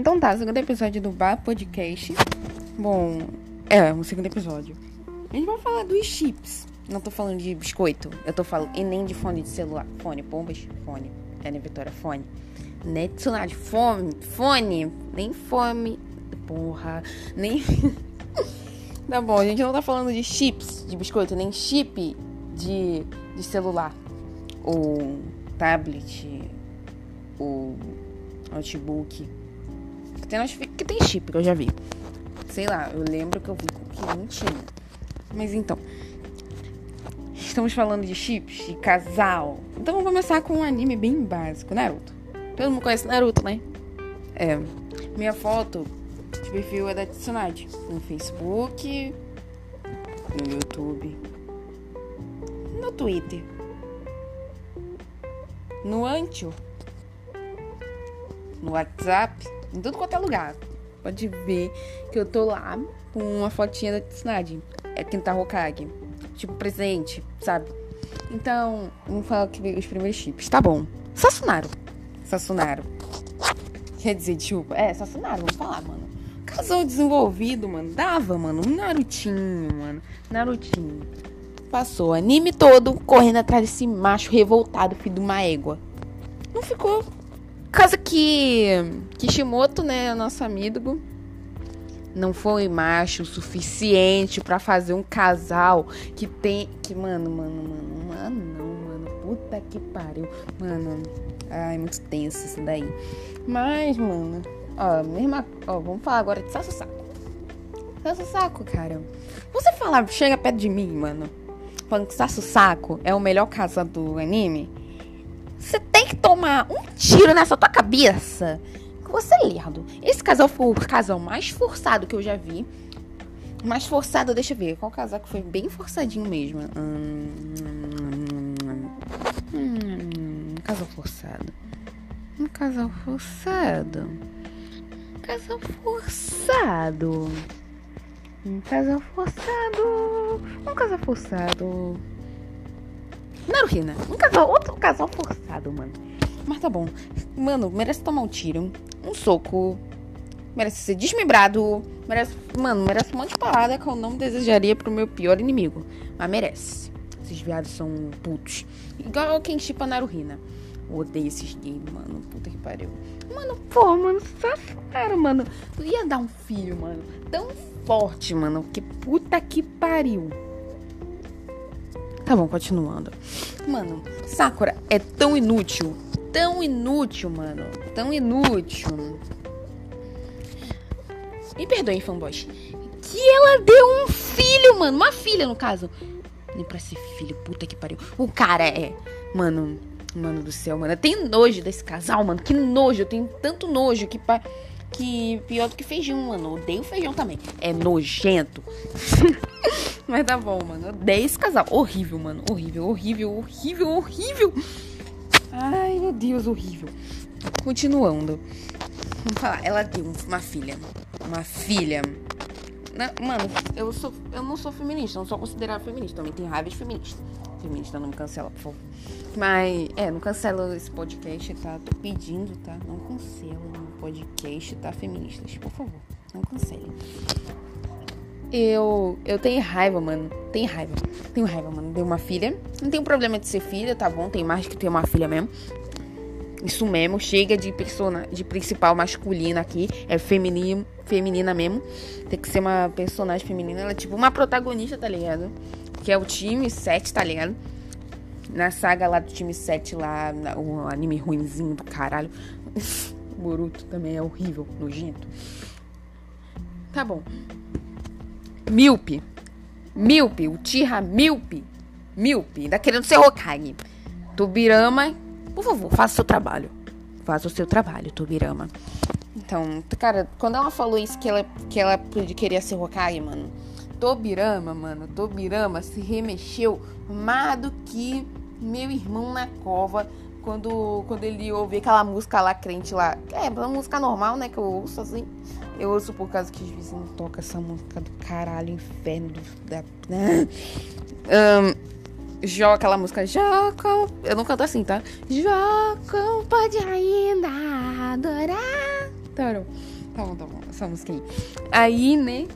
Então tá, segundo episódio do Bar Podcast. Bom, um segundo episódio. A gente vai falar dos chips. Não tô falando de biscoito. Eu tô falando, e nem de fone de celular. Fone, bombas, fone. Né, Vitória? Fone. Né, Tsunade, fone. Nem fome. Porra, nem... Tá bom, a gente não tá falando de chips de biscoito, nem chip de celular. Ou tablet. Ou notebook. Que tem chip, que eu já vi. Sei lá, eu lembro que eu vi que não tinha. Mas então, estamos falando de chips, de casal. Então vamos começar com um anime bem básico, Naruto. Todo mundo conhece Naruto, né? Minha foto de perfil é da Tsunade. No Facebook, no YouTube, no Twitter, no Anchor, no WhatsApp, em tudo quanto é lugar. Pode ver que eu tô lá com uma fotinha da Tsunade. É Kentaro Hokage. Tipo, presente, sabe? Então, vamos falar aqui os primeiros chips. Tá bom. Sasunaru. Quer dizer, desculpa. Sasunaru, vamos falar, mano. Casal desenvolvido, mano. Dava, mano. Um Narutinho, mano. Narutinho. Passou o anime todo correndo atrás desse macho revoltado, filho de uma égua. Não ficou... Caso que Kishimoto, né, nosso amigo, não foi macho o suficiente pra fazer um casal mano, puta que pariu, mano, muito tenso isso daí. Mas, mano, vamos falar agora de Sassusako, cara. Você chega perto de mim, mano, falando que Sassusako é o melhor casal do anime, você tem que tomar um tiro nessa tua cabeça. Que você é lerdo. Esse casal foi o casal mais forçado que eu já vi. Mais forçado, deixa eu ver. Qual casal que foi bem forçadinho mesmo? Casal forçado. Um casal forçado. Naruhina. Outro casal forçado, mano. Mas tá bom. Mano, merece tomar um tiro, um soco. Merece ser desmembrado. Merece um monte de parada que eu não desejaria pro meu pior inimigo. Mas merece. Esses viados são putos. Igual quem chipa Naruhina. Eu odeio esses gays, mano. Puta que pariu. Mano, safado, mano. Eu ia dar um filho, mano. Tão forte, mano. Que puta que pariu. Tá bom, continuando. Mano, Sakura é tão inútil, mano. Tão inútil. Me perdoem, fanboys. Que ela deu um filho, mano. Uma filha, no caso. Nem pra ser filho, puta que pariu. O cara é... Mano do céu, mano. Eu tenho nojo desse casal, mano. Que nojo. Eu tenho tanto nojo que pior do que feijão, mano. Eu odeio feijão também. É nojento. Mas tá bom, mano. Eu odeio esse casal. Horrível, mano. Horrível. Ai, meu Deus, horrível. Continuando. Vamos falar. Ela deu uma filha. Mano, eu não sou feminista. Não sou considerada feminista. Também tenho raiva de feminista. Feminista, não me cancela, por favor. Mas, não cancela esse podcast, tá? Tô pedindo, tá? Não cancela o podcast, tá? Feministas, por favor. Não cancele. Eu tenho raiva, mano. Tenho raiva, mano. Deu uma filha. Não tem problema de ser filha, tá bom? Tem mais que ter uma filha mesmo. Isso mesmo. Chega de principal masculina aqui. É feminina mesmo. Tem que ser uma personagem feminina. Ela é tipo uma protagonista, tá ligado? Que é o time 7, tá ligado? Na saga lá do time 7 lá. O anime ruinzinho do caralho. Boruto também é horrível, nojento. Tá bom. Miope, Uchiha Miope, ainda querendo ser Hokage. Tobirama, por favor, faça o seu trabalho, Tobirama. Então, cara, quando ela falou isso, que ela queria ser Hokage, mano, Tobirama se remexeu mais do que meu irmão na cova quando ele ouve aquela música lá, crente lá. Uma música normal, né, que eu ouço assim. Eu ouço por causa que os vizinhos tocam essa música do caralho, inferno Jó, aquela música Jocão. Eu não canto assim, tá? Jocão pode ainda adorar. Então, Tá bom. Essa música aí. Aí, né?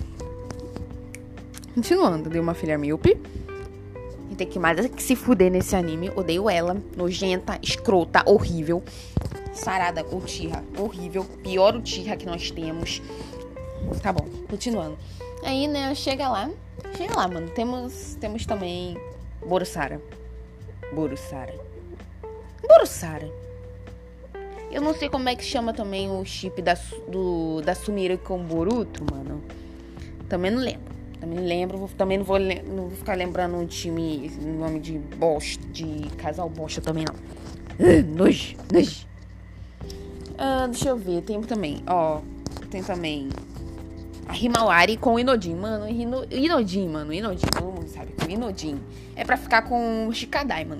Continuando, deu uma filha míope. E tem que mais que se fuder nesse anime. Odeio ela. Nojenta, escrota, horrível. Sarada, Uchiha, horrível. Pior Uchiha que nós temos. Tá bom, continuando. Aí, né, chega lá, mano. Temos também Borosara. Eu não sei como é que chama também o chip da Sumire com Boruto, mano. Também não lembro. Também não vou ficar lembrando um time, nome de bosta, de casal bosta também não. Nojo. Deixa eu ver, tem também a Himawari com o Inodin, mano. Inodin, todo mundo sabe que o Inodin é pra ficar com o Shikadai, mano.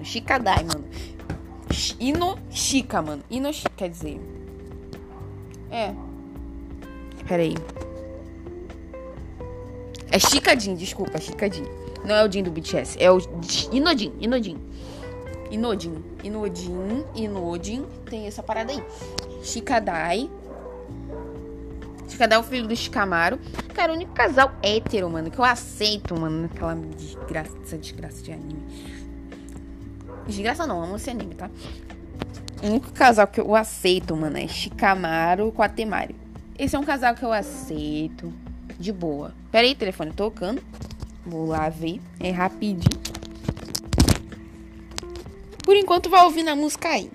Inoshika, mano. Inoshika, quer dizer... Peraí. É Shikadin, desculpa, Shikadin. Não é o Jin do BTS, é o Inodin. Inodin, tem essa parada aí. Shikadai é o filho do Shikamaru. Cara, o único casal hétero, mano, que eu aceito, mano, naquela desgraça de anime. Desgraça não, amo esse anime, tá? O único casal que eu aceito, mano, é Shikamaru com a Temari. Esse é um casal que eu aceito de boa. Pera aí, telefone tocando. Vou lá ver, é rapidinho. Por enquanto vai ouvindo a música aí.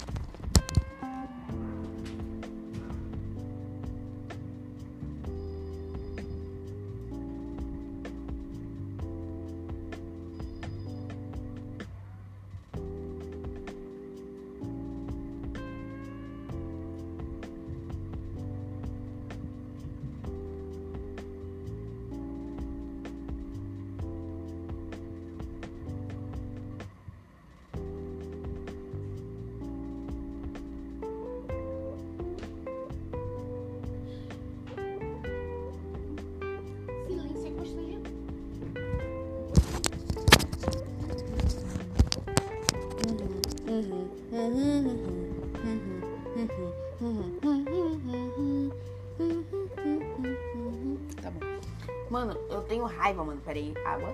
Tá bom. Mano, eu tenho raiva, mano. Peraí, água.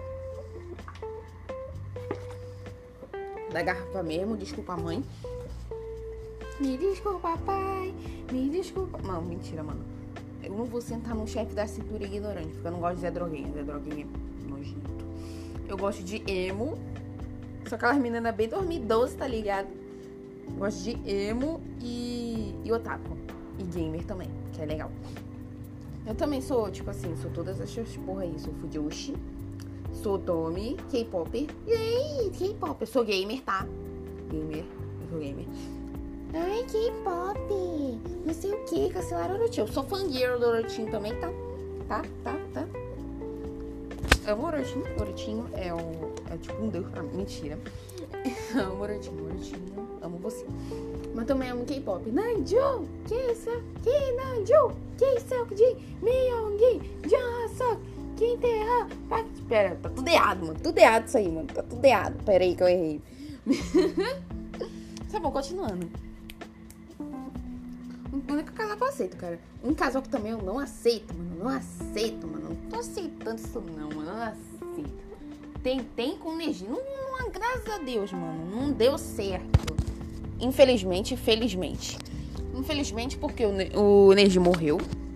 Da garrafa mesmo, desculpa, mãe. Me desculpa, pai. Me desculpa. Não, mentira, mano. Eu não vou sentar no chefe da cintura ignorante, porque eu não gosto de Zé Droguinha. Zé Droguinha é nojento. Eu gosto de emo. Só aquelas meninas bem dormidosas, tá ligado? Eu gosto de emo e otaku. E gamer também, que é legal. Eu também sou, tipo assim, sou todas essas porra aí. Sou Fujoshi, sou Tomi, K-pop. E aí, K-pop. Eu sou gamer, tá? Eu sou gamer. Ai, K-pop. Não sei o que, cancelaram o Orochi. Eu sou fangirl do Orochi também, tá? Tá. Amo o Orochi. Orochi é tipo um deus pra mim. Mentira. Amo o Orochi. Amo você. Mas também amo K-pop. Nanju, Kisuk, Nanju, Kisuk de Myonggi, Jonghyuk, Kim Tae-ha. Pera, tá tudo errado, mano. Tudo errado isso aí, mano. Tá tudo errado. Pera aí que eu errei. Tá bom, continuando. O único casal que eu aceito, cara. Um casal que também eu não aceito, mano. Não tô aceitando isso não, mano. Não aceito. Tentei com o Neji. Não, graças a Deus, mano. Não deu certo. Infelizmente, felizmente. Infelizmente porque o Neji morreu.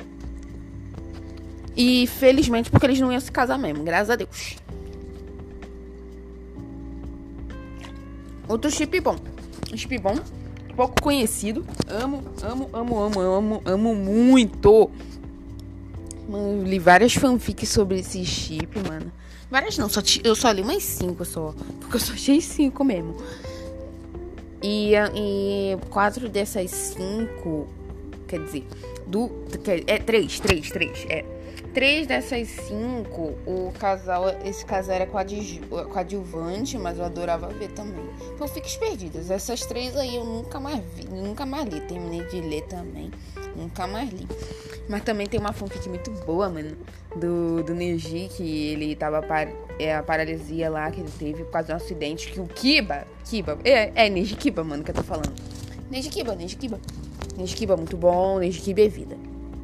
E felizmente porque eles não iam se casar mesmo. Graças a Deus. Outro chip bom. Pouco conhecido. Amo muito. Mano, eu li várias fanfics sobre esse chip, mano. Várias não, eu só li umas 5 só. Porque eu só achei 5 mesmo. E 4 dessas 5, quer dizer, 3 dessas 5, esse casal era coadjuvante, mas eu adorava ver também. Então, Fiques Perdidas. Essas 3 aí eu nunca mais li. Terminei de ler também. Nunca mais li. Mas também tem uma fanfic muito boa, mano, do Neji, que ele tava a paralisia lá que ele teve por causa de um acidente, que o Kiba, Neji Kiba, mano, que eu tô falando. Neji Kiba, muito bom, Neji Kiba é vida.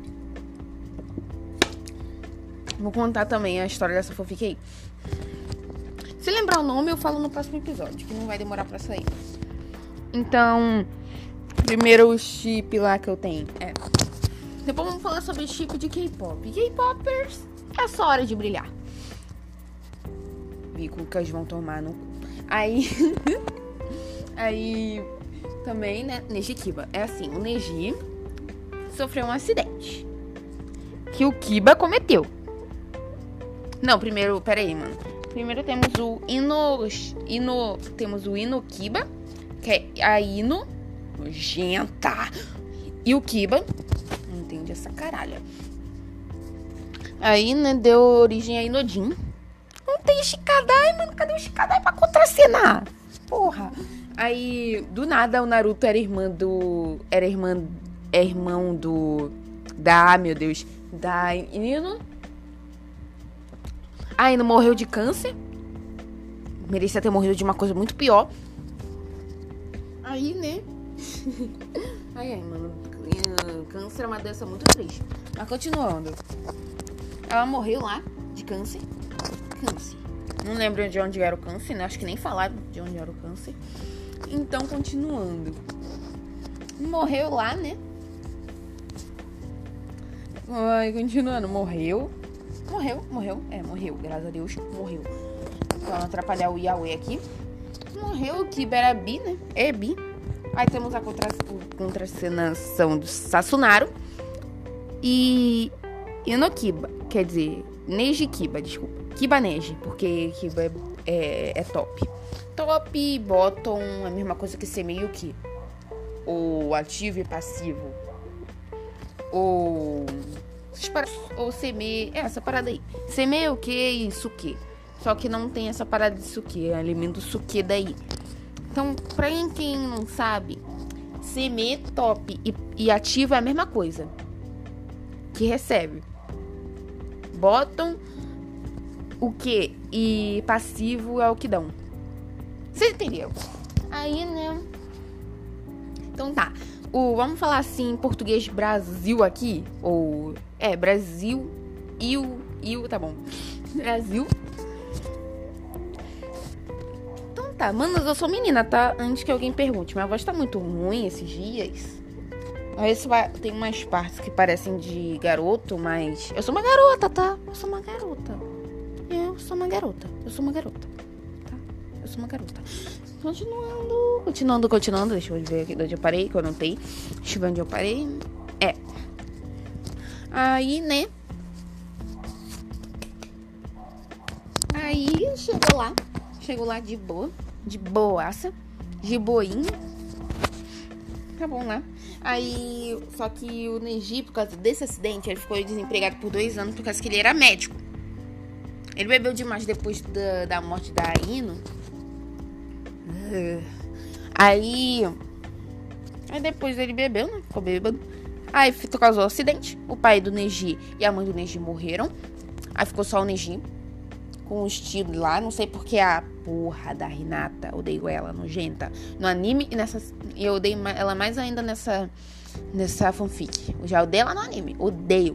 Vou contar também a história dessa fanfic aí. Se lembrar o nome, eu falo no próximo episódio, que não vai demorar pra sair. Então, primeiro o chip lá que eu tenho. Depois vamos falar sobre o chip de K-pop. K-popers, é só hora de brilhar. Vi que eles vão tomar no cu. Aí também, né, Neji Kiba. É assim, o Neji sofreu um acidente que o Kiba cometeu. Não, primeiro, peraí, mano. Primeiro temos o temos o Ino Kiba, que é a Ino nojenta. E o Kiba, não entendi essa caralha. Aí, né, deu origem a Inojin. Não tem Shikadai, mano. Cadê o Shikadai pra contracenar? Porra. Aí, do nada, o Naruto era irmão do... meu Deus. Da Ino. A Ino morreu de câncer. Merecia ter morrido de uma coisa muito pior. Aí, né? Ai, mano. Câncer é uma doença muito triste. Mas continuando. Ela morreu lá de câncer. Não lembro de onde era o câncer, né? Acho que nem falaram de onde era o câncer. Então, continuando. Morreu lá, né? Ai, continuando. Morreu. Graças a Deus. Morreu. Pra não atrapalhar o Yaoi aqui. Morreu o Kiba era bi, né? É bi. Aí temos a contracenação do Sasunaru. E no Kiba. Quer dizer, Neji Kiba, desculpa. Kiba Neji, porque Kiba é top. Top e bottom é a mesma coisa que ser meio que. Ou ativo e passivo. Ou semeia. Essa parada aí. Semeia o que e suque. Só que não tem essa parada de suque. Alimento suque daí. Então, pra quem não sabe, semeia top e ativo é a mesma coisa. Que recebe. Bottom o que e passivo é o que dão. Vocês entenderam? Aí, né? Então tá. Vamos falar assim em português Brasil aqui. Ou... Brasil. Tá bom. Brasil. Então tá. Mano, eu sou menina, tá? Antes que alguém pergunte. Minha voz tá muito ruim esses dias. Às vezes tem umas partes que parecem de garoto, mas... Eu sou uma garota, tá? Eu sou uma garota. Tá? Eu sou uma garota. Continuando. Deixa eu ver aqui de onde eu parei, que eu anotei. Deixa eu ver onde eu parei. Aí, né? Aí, chegou lá de boa. De boaça. De boinha. Tá bom lá. Aí, só que o Neji, por causa desse acidente, ele ficou desempregado por 2 anos por causa que ele era médico. Ele bebeu demais depois da morte da Ino. Aí depois ele bebeu, né? Ficou bêbado. Aí causou um acidente. O pai do Neji e a mãe do Neji morreram. Aí ficou só o Neji com os tiros lá. Não sei porque a porra da Hinata, odeio ela, nojenta, no anime e eu odeio ela mais ainda nessa fanfic. Eu já odeio ela no anime. Odeio.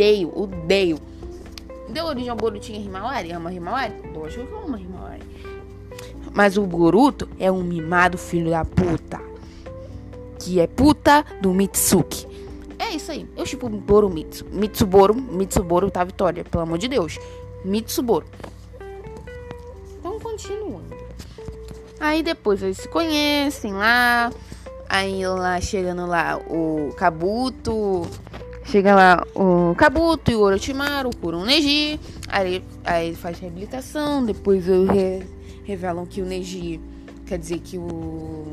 Deu origem ao Boruto e Himawari? Ama Himawari? Lógico que eu amo Himawari. Mas o Boruto é um mimado filho da puta. Que é puta do Mitsuki. É isso aí. Eu tipo Borumitsu. Mitsuboro tá vitória, pelo amor de Deus. Mitsuboro. Então, continuando. Aí depois eles se conhecem lá. Aí lá, chegando lá, o Kabuto. Chega lá o Kabuto e o Orochimaru, curam o Neji. Aí ele faz reabilitação. Depois revelam que o Neji... Quer dizer que o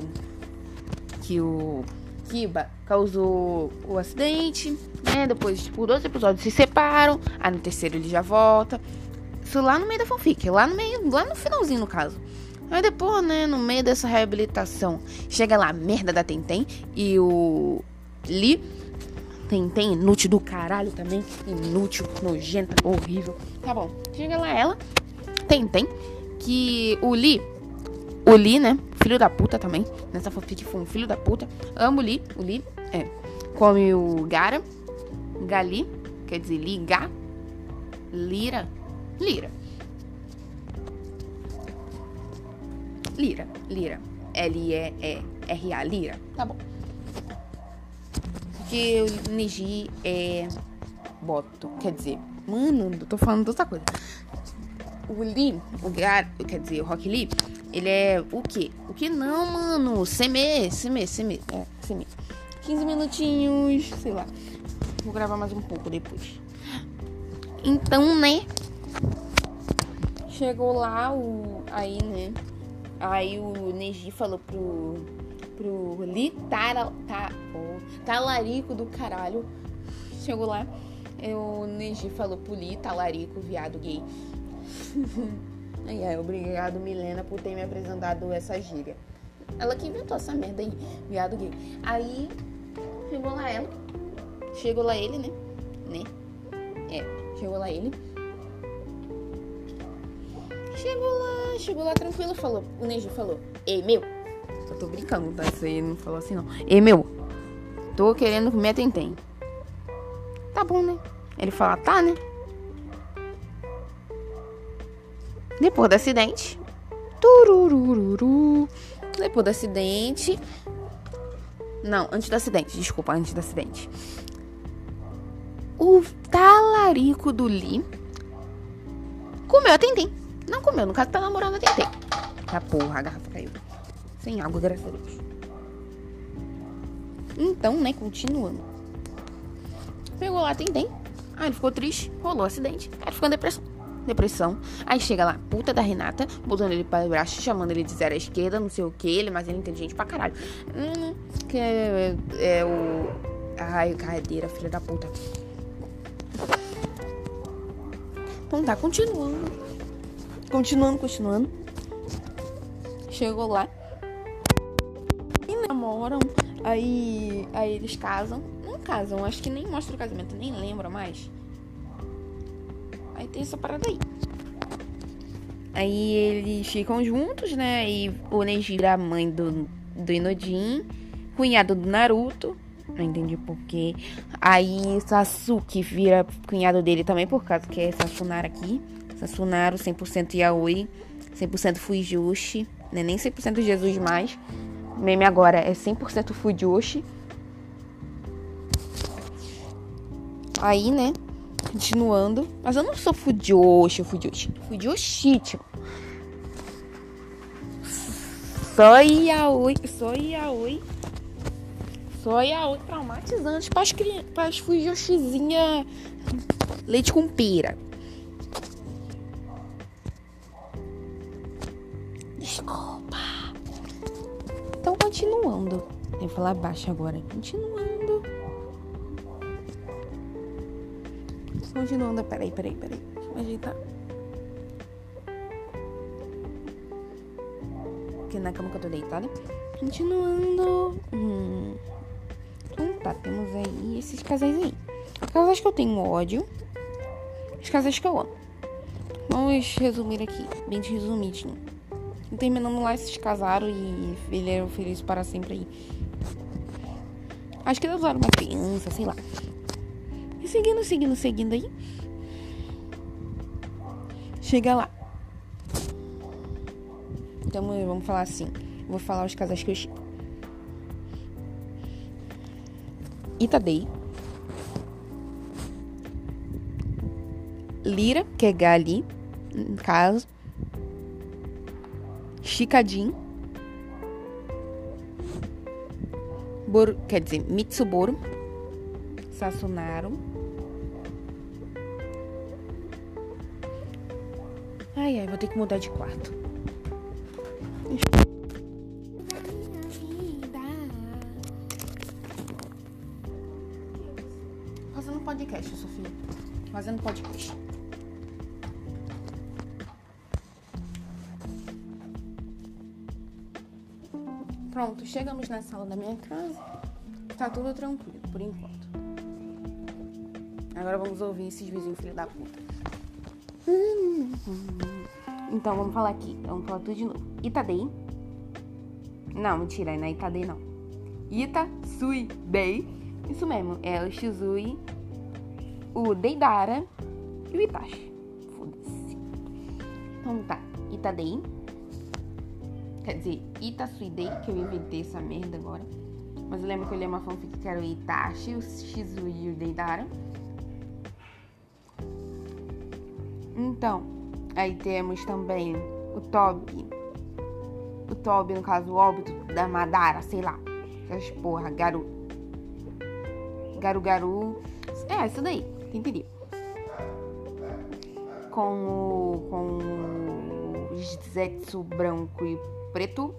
Kiba causou o acidente, né? Depois, por 2 episódios se separam. Aí no terceiro ele já volta. Isso lá no meio da fanfic. Lá no finalzinho, no caso. Aí depois, né, no meio dessa reabilitação, chega lá a merda da Tenten e o Lee. Tenten, inútil do caralho também. Inútil, nojenta, horrível. Tá bom. Chega lá ela, Tenten, que o Lee, né, filho da puta também. Nessa fanfic foi um filho da puta. Amo o Lee. Come o Gali, quer dizer, Liga. Lira. Lira. L-E-E-R-A. Lira. Tá bom. Porque o Neji é boto. Quer dizer, mano, eu tô falando de outra coisa. O Lee, o Rock Lee, ele é o quê? O que não, mano? Seme. É, seme. 15 minutinhos, sei lá. Vou gravar mais um pouco depois. Então, né? Chegou lá Aí o Neji falou pro Lee talarico do caralho. Chegou lá. O Neji falou pro Lee, talarico, viado gay. Aí, obrigado, Milena, por ter me apresentado essa gíria. Ela que inventou essa merda aí, viado gay. Aí, chegou lá ele, né? Chegou lá ele. Chegou lá tranquilo, falou. O Neji falou: ei, meu. Eu tô brincando, tá? Isso aí não falou assim, não. Ei, meu. Tô querendo comer tentem. Tá bom, né? Ele fala: tá, né? Depois do acidente. Depois do acidente. Não, antes do acidente. Desculpa, antes do acidente. O talarico do Lee comeu a tentem. Não comeu, no caso tá namorando a tentem. Tá porra, a garrafa caiu. Sem água, graças a Deus. Então, né, continuando. Pegou lá a tentem. Aí ele ficou triste, rolou acidente. Aí ele ficou em depressão. Aí chega lá, puta da Renata, botando ele para baixo, chamando ele de zero à esquerda, não sei o que, mas ele é inteligente pra caralho. Que é o... Ai, cadeira, filha da puta. Então tá, continuando. Chegou lá. E namoram. Aí eles casam. Não casam, acho que nem mostra o casamento, nem lembra mais. Aí tem essa parada aí. Aí eles ficam juntos, né? E o Neji vira a mãe do Inojin, cunhado do Naruto. Não entendi porquê. Aí Sasuke vira cunhado dele também, por causa que é Sasunaru aqui. Sasunaru, 100% Yaoi, 100% Fujoshi. Não é nem 100% Jesus mais. Meme agora é 100% Fujoshi. Aí, né? Continuando. Mas eu não sou Fujoshi. Fujoshi. Só Yaoi traumatizante para as Fujoshizinha leite com pera. Desculpa. Então, continuando. Eu vou falar baixo agora. Continuando. Peraí. Deixa eu ajeitar. Aqui na cama que eu tô deitada. Continuando. Então tá, temos aí esses casais aí. Os casais que eu tenho ódio. Os casais que eu amo. Vamos resumir aqui, bem resumidinho. Terminando lá, esses casaram e ele era feliz para sempre aí. Acho que eles usaram uma criança, sei lá. E seguindo aí. Chega lá. Então vamos falar assim. Vou falar os casais que eu chipo. Itadei. Lira, que é Gali, no caso. Shikadin. Quer dizer, Mitsuboro. Sasunaru. Ai, vou ter que mudar de quarto. Fazendo podcast, Sofia. Fazendo podcast. Pronto, chegamos na sala da minha casa. Tá tudo tranquilo, por enquanto. Agora vamos ouvir esses vizinhos filho da puta. Então, vamos falar aqui. Vamos falar tudo de novo. Itadei. Não, mentira, não é Itadei, não. Ita-sui-dei. Isso mesmo, é o Shizui, o Deidara e o Itachi. foda-se. Então tá, Itadei. Quer dizer, Itasuidei, que eu inventei essa merda agora. Mas eu lembro que eu li uma fanfic que era o Itachi, o Shizui e o Deidara. Então, aí temos também o Tobi. O Tobi, no caso, o óbito da Madara, sei lá. Essas porra, Garu. É, isso daí, entendi. Com o Zetsu branco e preto.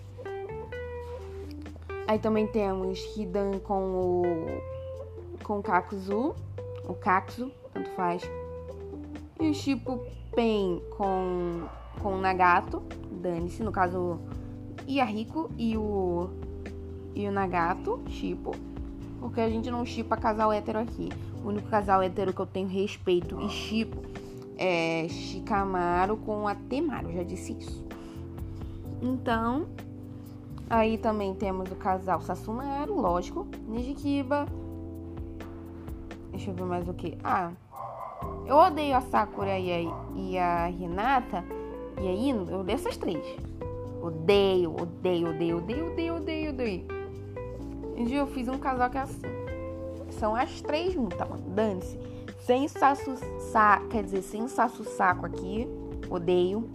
Aí também temos Hidan com o Kakuzu. O Kakuzu, tanto faz. E o Shippupen com o Nagato. Dane-se, no caso, Yahiko e o Nagato, Shippo. Porque a gente não shippa casal hétero aqui. O único casal hétero que eu tenho respeito e shippo é Shikamaru com a Temaru, já disse isso. Então, aí também temos o casal Sasunaru, lógico. Nijikiba. Deixa eu ver mais o que. Eu odeio a Sakura e a Hinata. E aí, eu odeio essas três. Odeio. Um dia eu fiz um casal que é assim. São as três juntas, mano. Dane-se. Sem Sasu-saco aqui. Odeio.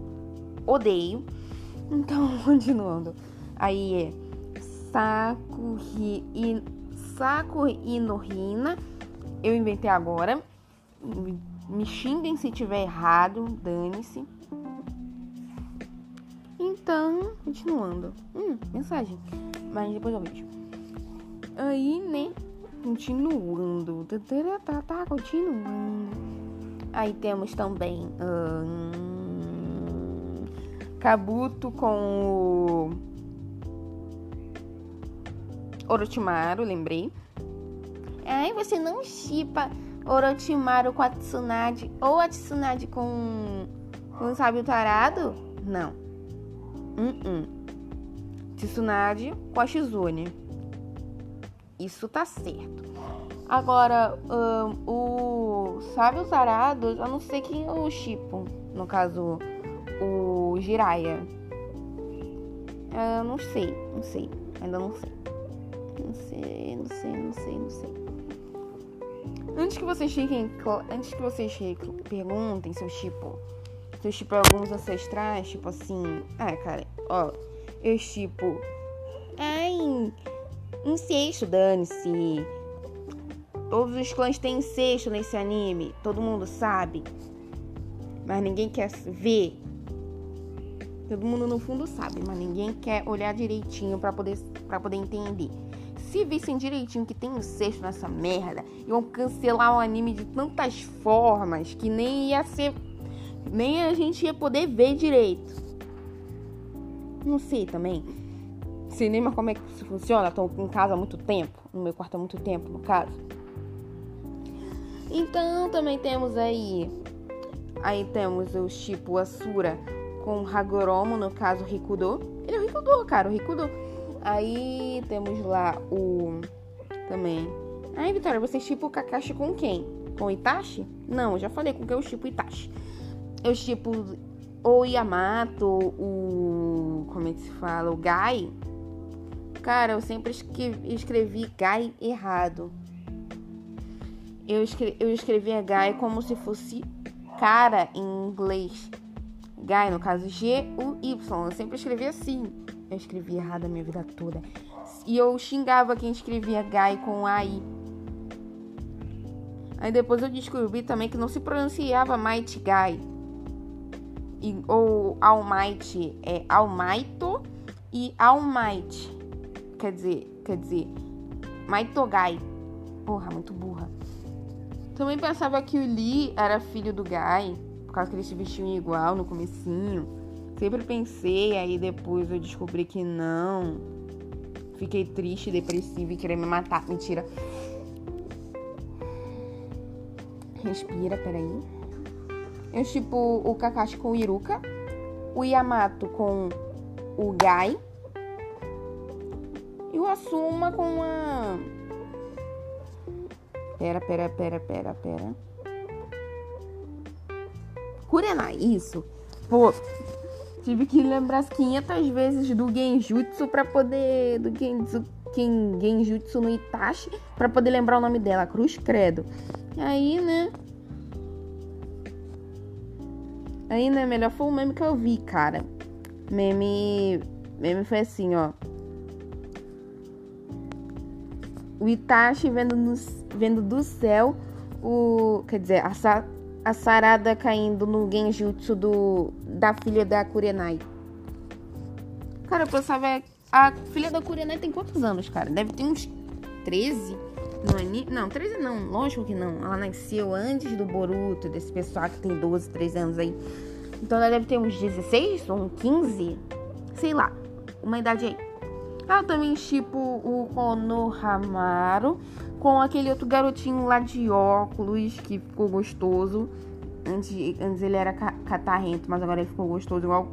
Então, continuando. Aí é Saku Inohina. Eu inventei agora. Me xinguem se tiver errado. Dane-se. Então, continuando. Mensagem. Mas depois eu vejo. Aí, né? Continuando. Tá continuando. Aí temos também Kabuto com o Orochimaru, lembrei. Ai, você não shippa Orochimaru com a Tsunade ou a Tsunade com o Sábio Tarado? Não. Tsunade com a Shizune. Isso tá certo. Agora, o Sábio Tarado, eu não sei quem eu shippo. No caso, o Jiraiya. Não sei. Ainda não sei. Não sei. Antes que vocês perguntem se eu shippo alguns ancestrais, tipo assim... cara, ó, eu shippo... incesto, dane-se. Todos os clãs têm incesto nesse anime, todo mundo sabe. Mas ninguém quer ver. Todo mundo no fundo sabe, mas ninguém quer olhar direitinho pra poder entender. Se vissem direitinho que tem incesto nessa merda, iam cancelar o anime de tantas formas que nem a gente ia poder ver direito. Não sei também. Cinema, como é que isso funciona? Estou em casa há muito tempo. No meu quarto há muito tempo, no caso. Então, também temos aí temos o shippo Asura com Hagoromo, no caso Rikudo. Ele é o Rikudo, cara, o Rikudo. Aí temos lá também... Vitória, você shippa o Kakashi com quem? Com o Itachi? Não, eu já falei com quem eu shippo o Itachi. Eu shippo o Yamato, como é que se fala? O Gai. Cara, eu sempre escrevi Gai errado. Eu escrevia Gai como se fosse cara em inglês. Gai, no caso, G-U-Y. Eu sempre escrevi assim. Eu escrevi errado a minha vida toda. E eu xingava quem escrevia Gai com AI. Aí depois eu descobri também que não se pronunciava Might Gai. Ou All Might é All Might e All Might. Quer dizer, Maitogai. Porra, muito burra. Também pensava que o Lee era filho do Gai, por causa que eles se vestiam igual no comecinho. Sempre pensei, aí depois eu descobri que não. Fiquei triste, depressiva e queria me matar. Mentira. Respira, peraí. Eu shippo o Kakashi com o Iruka, o Yamato com o Gai e o Asuma com a... Pera. Kurenai, isso. Pô, tive que lembrar as 500 vezes do Genjutsu pra poder... Do Genjutsu no Itachi pra poder lembrar o nome dela. Cruz Credo. Aí, né, melhor foi o meme que eu vi, cara. Meme foi assim, ó. O Itachi vendo do céu a Sarada caindo no Genjutsu da filha da Kurenai. Cara, eu pensava, a filha da Kurenai tem quantos anos, cara? Deve ter uns 13. Não, 13 não, lógico que não. Ela nasceu antes do Boruto, desse pessoal que tem 12, 13 anos aí. Então ela deve ter uns 16 ou uns 15, sei lá, uma idade aí. Ela também shippa o Konohamaru com aquele outro garotinho lá de óculos que ficou gostoso. Antes ele era catarrento, mas agora ele ficou gostoso igual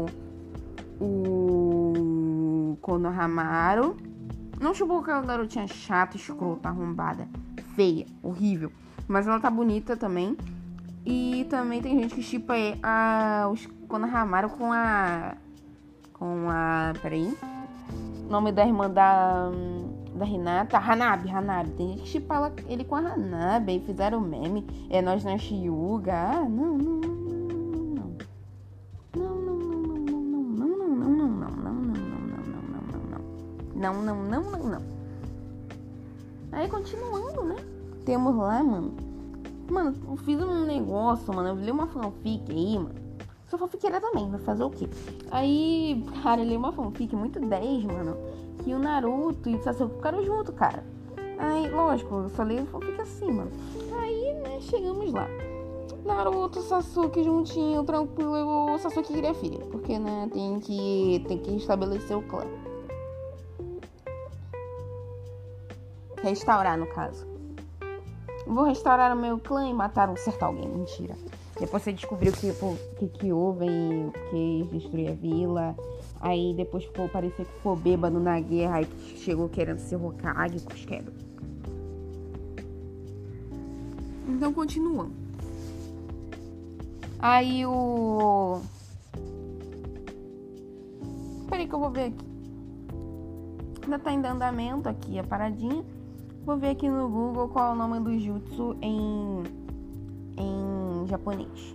o Konohamaru. Não chupou aquela garotinha chata, escrota, arrombada, feia, horrível. Mas ela tá bonita também. E também tem gente que shippa os Konohamaru com a... Peraí. O nome da irmã da Hinata, Hanabi. Tem gente que shippa ele com a Hanabi. Aí fizeram meme. É nós na Hyuga. Ah, não. Não. Aí continuando, né? Temos lá, mano. Mano, eu fiz um negócio, mano. Eu li uma fanfic aí, mano. Sou fanfiqueira também, vai fazer o quê? Aí, cara, eu li uma fanfic muito 10, mano. Que o Naruto e o Sasuke ficaram juntos, cara. Aí, lógico, eu só li fanfic assim, mano. Aí, né, chegamos lá. Naruto, Sasuke juntinho, tranquilo. O Sasuke queria filha. Porque, né, tem que estabelecer o clã. Restaurar, no caso. Vou restaurar o meu clã e matar um certo alguém. Mentira. Depois você descobriu que houve e quis destruir a vila. Aí depois parecia que ficou bêbado na guerra. Aí chegou querendo ser Hokage, Cusquedo. Então continuando. Aí Peraí que eu vou ver aqui. Ainda tá em andamento aqui a paradinha. Vou ver aqui no Google qual é o nome do jutsu em japonês.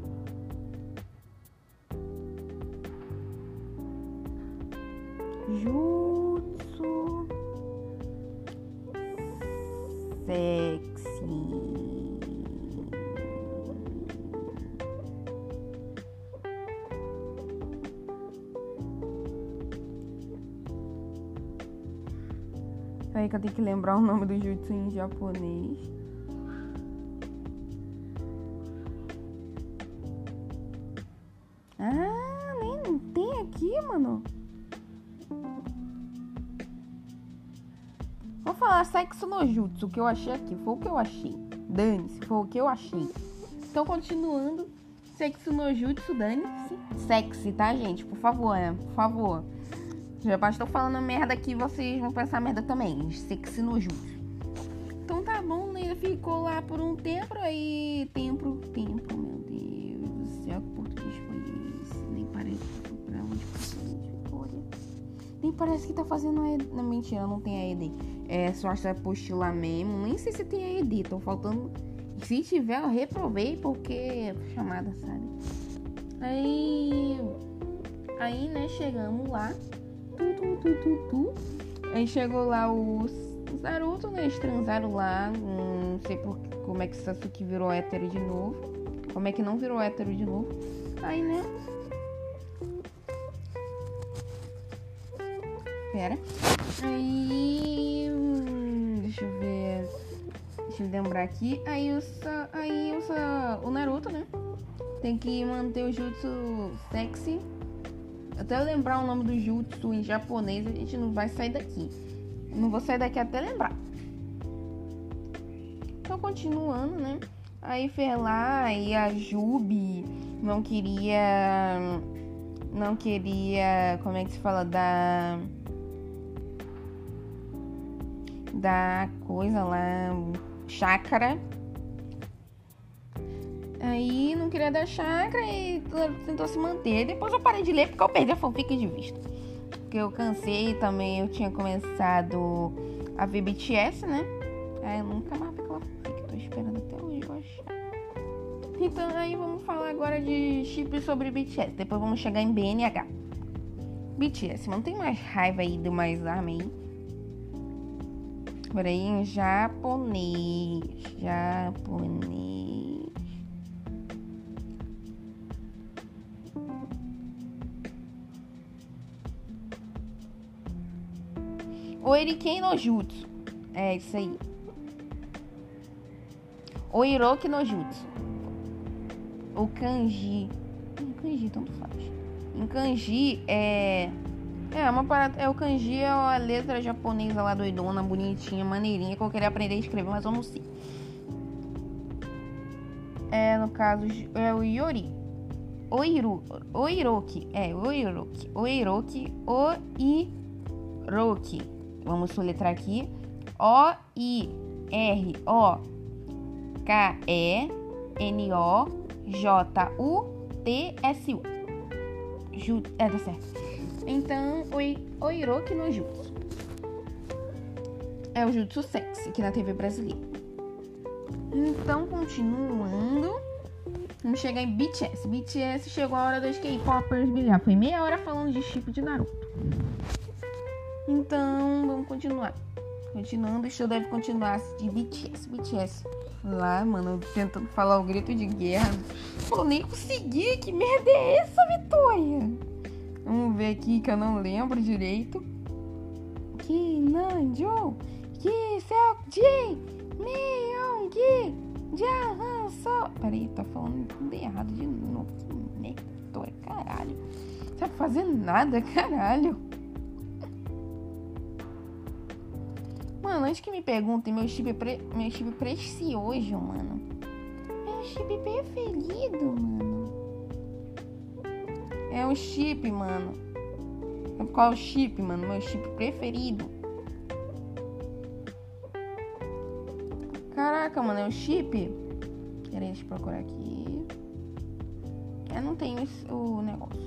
Jutsu sexy. Aí que eu tenho que lembrar o nome do jutsu em japonês. Ah, nem tem aqui, mano. Vou falar sexo no jutsu, o que eu achei aqui. Foi o que eu achei. Dane-se, foi o que eu achei. Então, continuando. Sexo no jutsu, dane-se. Sexy, tá, gente? Por favor, Por favor. Já estou falando merda aqui, vocês vão pensar merda também. Sexy no jutsu. Então tá bom, né? Ele ficou lá por um tempo, aí... Tempo, meu Deus do céu, que português foi esse? Nem parece que foi pra onde foi. Nem parece que tá fazendo a ED. Não, mentira, não tem a ED. É só essa apostila mesmo. Nem sei se tem a ED, tô faltando... Se tiver, eu reprovei, porque... Chamada, sabe? Aí, né, chegamos lá. Aí chegou lá os Naruto, né? Eles transaram lá. Não sei como é que Sasuke virou hétero de novo. Como é que não virou hétero de novo. Aí, né? Pera. Aí... Deixa eu ver... Deixa eu lembrar aqui. Aí o Naruto, né? Tem que manter o jutsu sexy. Até eu lembrar o nome do jutsu em japonês, a gente não vai sair daqui. Não vou sair daqui até lembrar. Então, continuando, né? Aí fez lá e a Jubi não queria... Como é que se fala? Da coisa lá... Chácara. Aí não queria dar chakra e tentou se manter. Depois eu parei de ler porque eu perdi a fanfic de vista. Porque eu cansei também, eu tinha começado a ver BTS, né? Aí eu nunca mais vi aquela fanfic, tô esperando até hoje eu achar. Então aí vamos falar agora de chip sobre BTS. Depois vamos chegar em BNH. BTS, não tem mais raiva aí do mais arma aí. Peraí, em japonês. Oiriken no Jutsu. É isso aí. Oiroki no Jutsu. O kanji. Kanji, tanto faz. Em kanji uma parada. O kanji é a letra japonesa lá doidona, bonitinha, maneirinha, que eu queria aprender a escrever, mas eu não sei. No caso, é o Yori. Oiroki. Oiroki. Vamos soletrar aqui. OIROKENOJUTSU. Tá certo. Então, Oiroki no Jutsu. É o Jutsu Sexy aqui na TV brasileira. Então, continuando. Vamos chegar em BTS. BTS chegou a hora dos K-popers brilhar. Foi meia hora falando de chip de Naruto. Então, vamos continuar. Continuando, o show deve continuar de BTS. Lá, mano, tentando falar o grito de guerra. Pô, nem consegui. Que merda é essa, Vitória? Vamos ver aqui que eu não lembro direito. Que Nanjo, que Seokji, Myeonggi, Jahanso. Peraí, tá falando tudo errado de novo. Que merda, Vitória, caralho. Não sabe fazer nada, caralho. Mano, antes que me perguntem, meu chip precioso, mano. Meu chip preferido, mano. É o chip, mano. Qual é o chip, mano? Meu chip preferido. Caraca, mano, é o chip. Peraí, deixa eu procurar aqui. Não tem o negócio.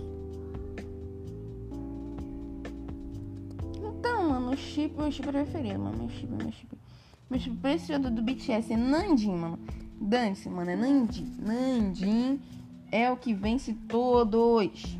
Então, mano, meu chip preferido, mano. Meu chip preferido do BTS é Nanjin, mano. Dance, mano, é Nanjin. Nanjin é o que vence todos.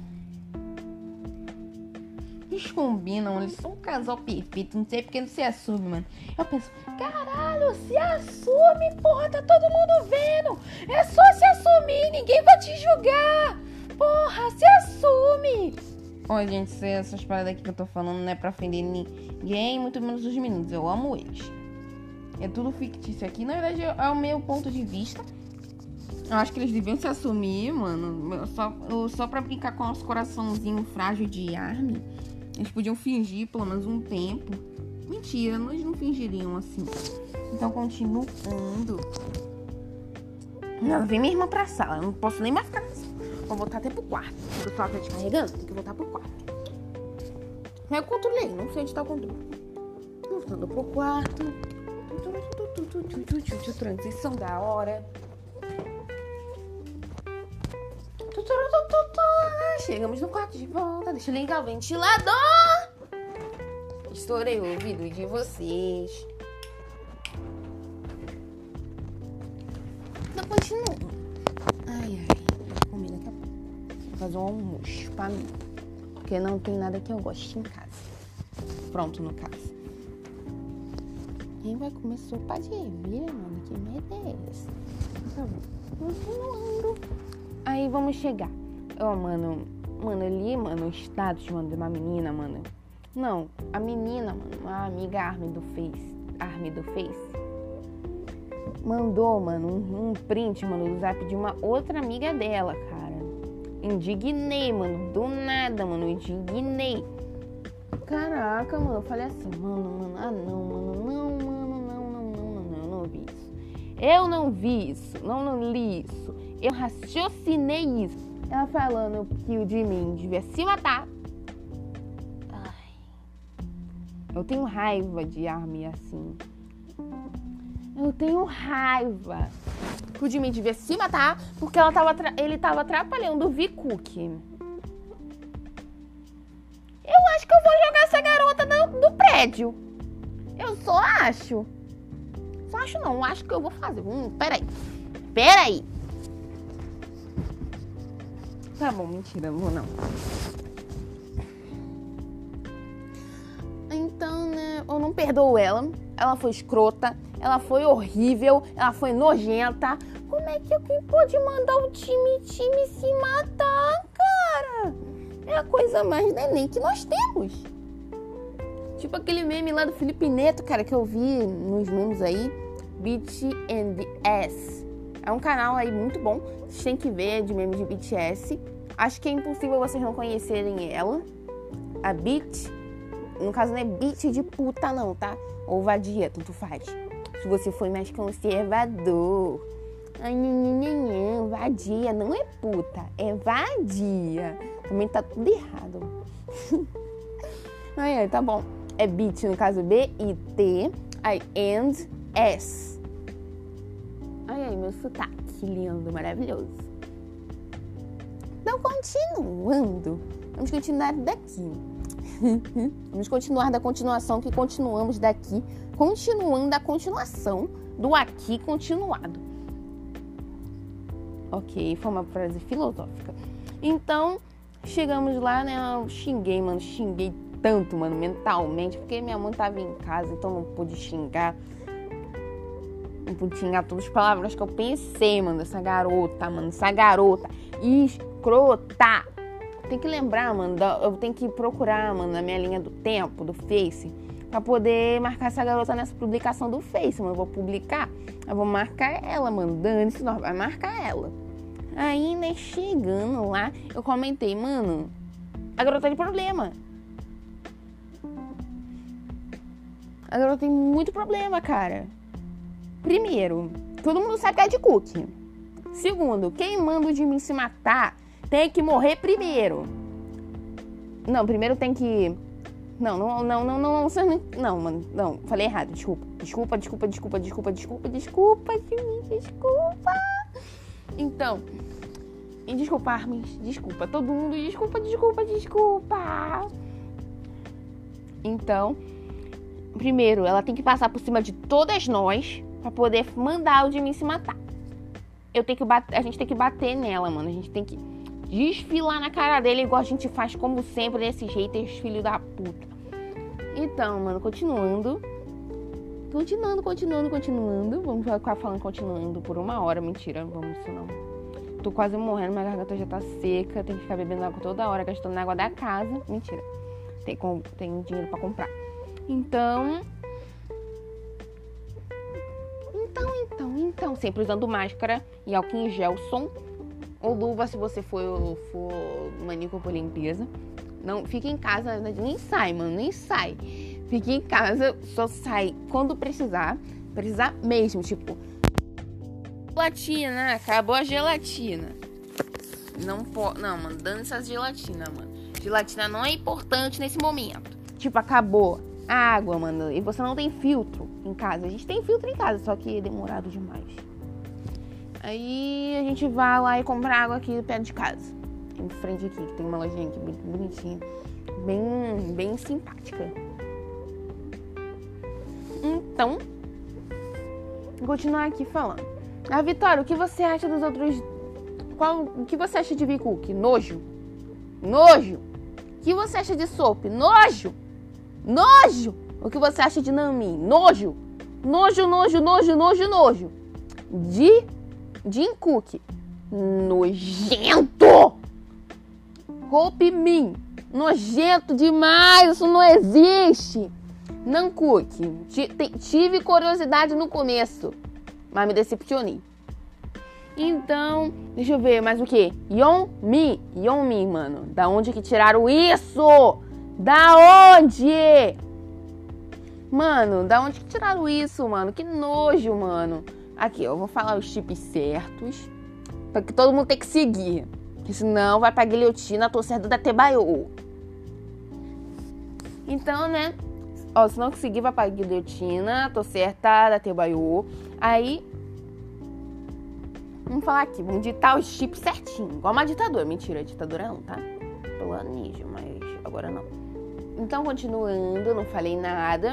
Eles combinam, eles são um casal perfeito. Não sei porque não se assume, mano. Eu penso, caralho, se assume, porra, tá todo mundo vendo. É só se assumir, ninguém vai te julgar. Porra, se assume. Ó, gente, essas paradas aqui que eu tô falando não é pra ofender ninguém, muito menos os meninos. Eu amo eles. É tudo fictício aqui. Na verdade, é o meu ponto de vista. Eu acho que eles deviam se assumir, mano. Só pra brincar com o nosso coraçãozinho frágil de ARMY. Eles podiam fingir pelo menos um tempo. Mentira, eles não fingiriam assim. Então, continuando. Não, vem minha irmã pra sala. Eu não posso nem mais ficar nessa. Vou voltar até pro quarto. Se o celular tá descarregando, tem que voltar pro quarto. Eu controlei, não sei onde tá o controle. Voltando pro quarto. Transição da hora. Chegamos no quarto de volta. Deixa eu ligar o ventilador. Estourei o ouvido de vocês. Então, continuando. Ai, a comida tá boa. Vou fazer um almoço pra mim. Porque não tem nada que eu goste em casa. Pronto, no caso. Quem vai comer sopa de ervilha, mano? Que merda é essa? Tá bom. Continuando. Aí vamos chegar. Mano, eu li, mano, o status, mano, de uma menina, mano. Não, a menina, mano, a amiga Army do Face. Mandou, mano, um print, mano, do zap de uma outra amiga dela, cara. Indignei, mano, do nada, mano, indignei. Caraca, mano, eu falei assim, mano, eu não vi isso. Eu não vi isso, não li isso. Eu raciocinei isso. Ela falando que o Jimin devia se matar. Ai, eu tenho raiva de ARMY assim. Eu tenho raiva. O Jimmy devia se matar porque ele tava atrapalhando o V-Cook. Eu acho que eu vou jogar essa garota do prédio. Eu só acho. Só acho não, acho que eu vou fazer. Peraí. Tá bom, mentira, não vou não. Então, né, eu não perdoo ela. Ela foi escrota, ela foi horrível, ela foi nojenta. Como é que alguém pode mandar o time se matar, cara? É a coisa mais neném que nós temos. Tipo aquele meme lá do Felipe Neto, cara, que eu vi nos memes aí. BTS. É um canal aí muito bom. Vocês têm que ver, de memes de BTS. Acho que é impossível vocês não conhecerem ela. A Beat. No caso, não é beat de puta, não, tá? Ou vadia, tanto faz. Se você for mais conservador. Ai, vadia, não é puta, é vadia. Também tá tudo errado. Ai, tá bom. É beat, no caso, B-I-T. Aí, and S. Ai, meu sotaque lindo, maravilhoso. Então, continuando. Vamos continuar daqui. Vamos continuar da continuação que continuamos daqui, continuando a continuação do aqui continuado. Ok, foi uma frase filosófica. Então, chegamos lá, né? Eu xinguei tanto, mano, mentalmente, porque minha mãe tava em casa, então não pude xingar. Não pude xingar todas as palavras que eu pensei, mano, essa garota escrota. Tem que lembrar, mano, eu tenho que procurar, mano, na minha linha do tempo, do Face, pra poder marcar essa garota nessa publicação do Face, mano. Eu vou publicar, eu vou marcar ela, mano. Dane-se, vai marcar ela. Aí, né, chegando lá, eu comentei, mano, a garota tem problema. A garota tem muito problema, cara. Primeiro, todo mundo sabe que é de cookie. Segundo, quem manda o Jimmy se matar tem que morrer primeiro. Não, primeiro tem que... Não, mano, não, falei errado, desculpa. Então, em desculpar-me, desculpa todo mundo, desculpa. Então, primeiro, ela tem que passar por cima de todas nós pra poder mandar o Jimmy se matar. A gente tem que bater nela, mano, a gente tem que desfilar na cara dele, igual a gente faz, como sempre, desse jeito, esse filho da puta. Então, mano, continuando. Vamos ficar falando continuando por 1 hora. Mentira, não vamos isso não. Tô quase morrendo, minha garganta já tá seca. Tem que ficar bebendo água toda hora, gastando água da casa. Mentira. Tem dinheiro pra comprar. Então, sempre usando máscara e álcool em gel, ou luva se você for maníaco por limpeza. Não, fica em casa, nem sai, mano, nem sai. Fique em casa, só sai quando precisar mesmo, tipo, gelatina, acabou a gelatina. Não, mano, dando essa gelatina, mano. Gelatina não é importante nesse momento. Tipo, acabou a água, mano, e você não tem filtro em casa. A gente tem filtro em casa, só que é demorado demais. Aí a gente vai lá e compra água aqui perto de casa. Em frente aqui, que tem uma lojinha aqui bem bonitinha. Bem simpática. Então, vou continuar aqui falando. Ah, Vitória, o que você acha dos outros... O que você acha de V-Cook? Nojo. O que você acha de Soap? Nojo. O que você acha de Nami? Nojo. De Jungkook. Nojento. Hope Me. Nojento demais. Isso não existe. Jungkook. Tive curiosidade no começo, mas me decepcionei. Então, deixa eu ver mais o que? Yeonmi, mano. Da onde que tiraram isso? Da onde? Mano, da onde que tiraram isso, mano? Que nojo, mano. Aqui, eu vou falar os chips certos, pra que todo mundo tem que seguir. Porque senão vai pra guilhotina, torcedor da Tebaio. Então, né? Ó, se não conseguir, vai pra guilhotina. Tô certa, da Tebaiô. Aí, vamos falar aqui. Vamos digitar os chips certinho. Igual uma ditadura. Mentira, ditadura não, tá? Planígio, mas agora não. Então, continuando, não falei nada.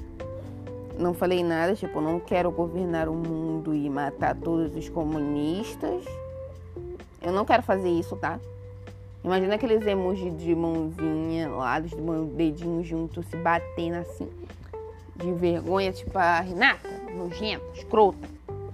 Tipo, não quero governar o mundo e matar todos os comunistas. Eu não quero fazer isso, tá? Imagina aqueles emojis de mãozinha lá, dos dedinhos juntos, se batendo assim. De vergonha, tipo a Renata, nojenta, escrota.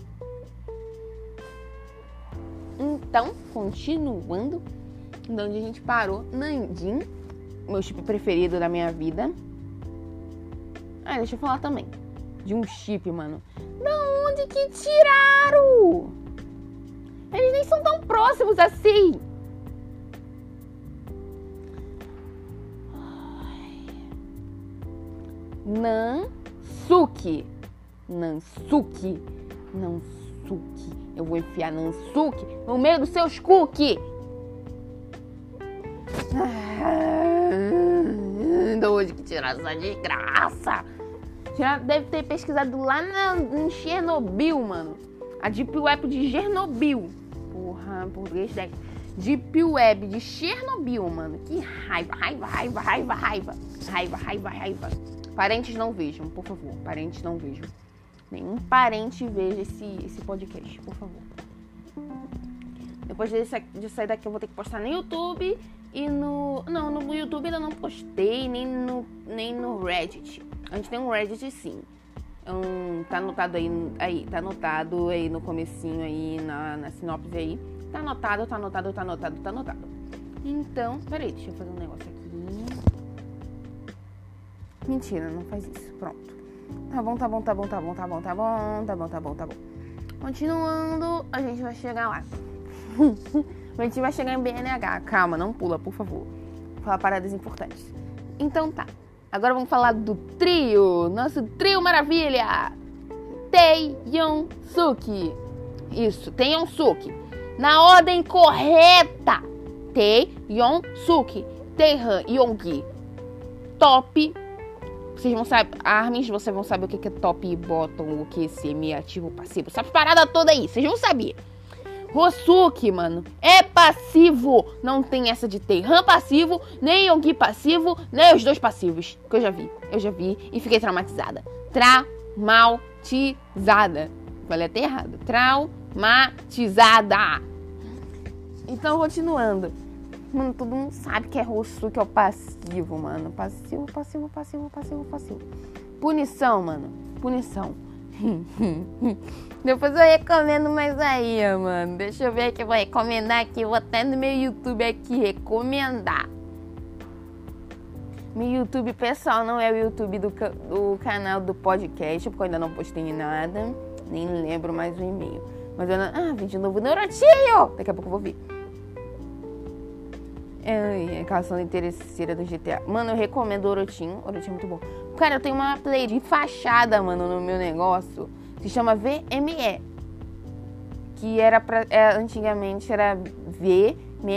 Então, continuando, de onde a gente parou, Nandim, meu chip preferido da minha vida. Ah, deixa eu falar também de um chip, mano. Da onde que tiraram? Eles nem são tão próximos assim. Nansuke. Eu vou enfiar Nansuke no meio dos seus cookies. De onde que tiraram essa desgraça? Deve ter pesquisado lá em Chernobyl, mano. A Deep Web de Chernobyl. Porra, português 10. Deep Web de Chernobyl, mano. Que raiva. Parentes não vejam, por favor. Parentes não vejam. Nenhum parente veja esse podcast, por favor. Depois de sair daqui eu vou ter que postar no YouTube e no... Não, no YouTube ainda não postei, nem no Reddit. A gente tem um Reddit sim. Tá anotado tá anotado aí no comecinho aí, na sinopse aí. Tá anotado. Então, peraí, deixa eu fazer um negócio aqui. Mentira, não faz isso. Pronto. Tá bom. Continuando, a gente vai chegar lá. A gente vai chegar em BNH. Calma, não pula, por favor. Vou falar paradas importantes. Então tá. Agora vamos falar do trio. Nosso trio maravilha. Taeyonsuke. Isso, Taeyonsuke. Na ordem correta. Taeyonsuke. Taehan Yonggi. Top. Vocês vão saber, Armin, vocês vão saber o que é top e bottom, o que é semi-ativo, passivo. Essa parada toda aí, vocês vão saber. Hosuke, mano, é passivo. Não tem essa de Taehan passivo, nem Yonggi passivo, nem os dois passivos. Que eu já vi e fiquei traumatizada. Falei até errado. Traumatizada. Então, continuando. Mano, todo mundo sabe que é Hosuke, é o passivo, mano. Passivo. Punição, mano. Punição. Depois eu recomendo mais aí, mano. Deixa eu ver que eu vou recomendar aqui. Eu vou até no meu YouTube aqui recomendar. Meu YouTube pessoal não é o YouTube do canal do podcast, porque eu ainda não postei nada. Nem lembro mais o e-mail. Mas eu não... Ah, vídeo novo no Orotinho! Daqui a pouco eu vou ver. Caçando interesseira do GTA. Mano, eu recomendo o Orotinho. O Orotinho é muito bom. Cara, eu tenho uma play de fachada, mano, no meu negócio. Se chama VME. Que era antigamente era ver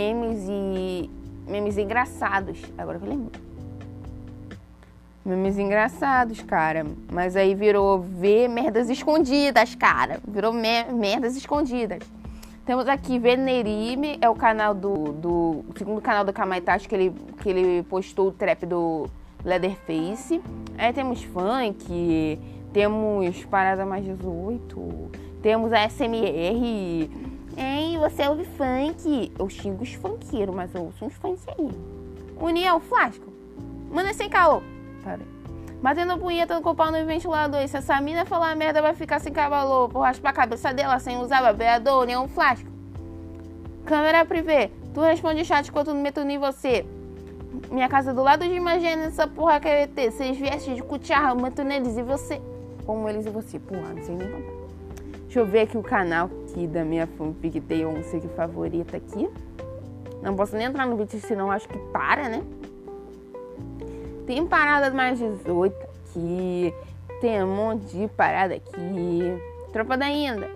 memes engraçados. Agora que eu lembro. Memes engraçados, cara. Mas aí virou ver merdas escondidas, cara. Virou merdas escondidas. Temos aqui Venerime, é o canal do segundo canal do Kamaitachi, que ele postou o trap do Leatherface. Aí temos funk, temos Parada Mais 18, temos a SMR. Hein, você ouve funk? Eu xingo os funkeiros, mas eu ouço uns funk aí. União, Flasco. Manda sem caô. Pera aí. Batendo punheta com o pau no ventilador. E se essa mina falar merda, vai ficar sem cavalor. Por raspar a cabeça dela sem usar babeador, nem um flasco. Câmera privê. Tu responde chat enquanto não meto em você. Minha casa do lado de imagina essa porra que é ET. Vocês vestem de cucharra, eu meto neles e você. Como eles e você. Porra, não sei nem contar. Deixa eu ver aqui o canal aqui da minha fanfic Taeyonsuke favorita aqui. Não posso nem entrar no vídeo, senão acho que para, né? Tem Parada Mais 18 aqui. Tem um monte de parada aqui. Tropa da Inda.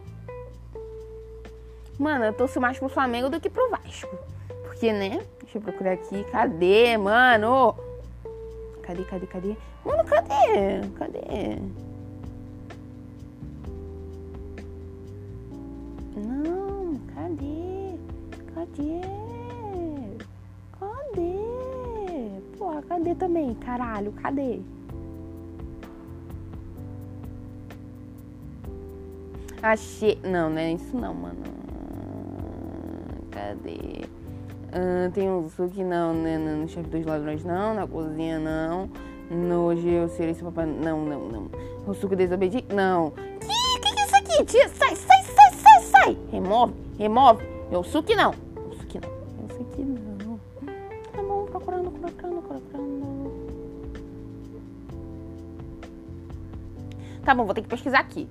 Mano, eu torço mais pro Flamengo do que pro Vasco. Porque, né? Deixa eu procurar aqui. Cadê, mano? Cadê? Mano, cadê? Cadê? Não, cadê? Cadê? Cadê? Porra, cadê também? Caralho, cadê? Achei. Não, não é isso não, mano. Cadê? Tem um Suki, não, né? No chefe dos ladrões, não. Na cozinha, não. No hoje eu serei seu papai. Não, não, não. O Suki desobediente, não. Que é isso aqui? Tia, sai, sai, sai, sai, sai. Remove, remove. Eu Suki, não. Eu Suki, não. Eu Suki, não. Tá bom, procurando. Tá bom, vou ter que pesquisar aqui.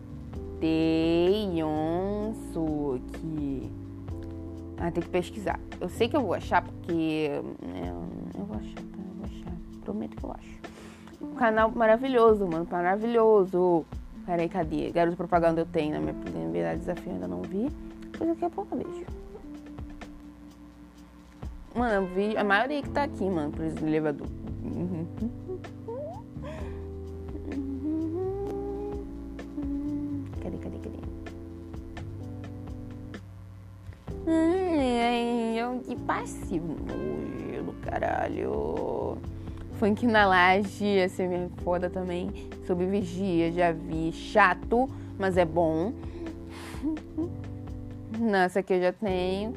Taeyonsuki. Tem que pesquisar. Eu sei que eu vou achar, porque... eu vou achar. Prometo que eu acho. Um canal maravilhoso, mano. Maravilhoso. Peraí, cadê? Garoto Propaganda eu tenho na minha primeira desafio, ainda não vi. Depois daqui a pouco eu vejo. Mano, eu vi a maioria que tá aqui, mano, por esse elevador. Cadê? Que passivo nojo do caralho. Funk na laje, esse é foda também. Sob vigia, já vi. Chato, mas é bom. Nossa, aqui eu já tenho.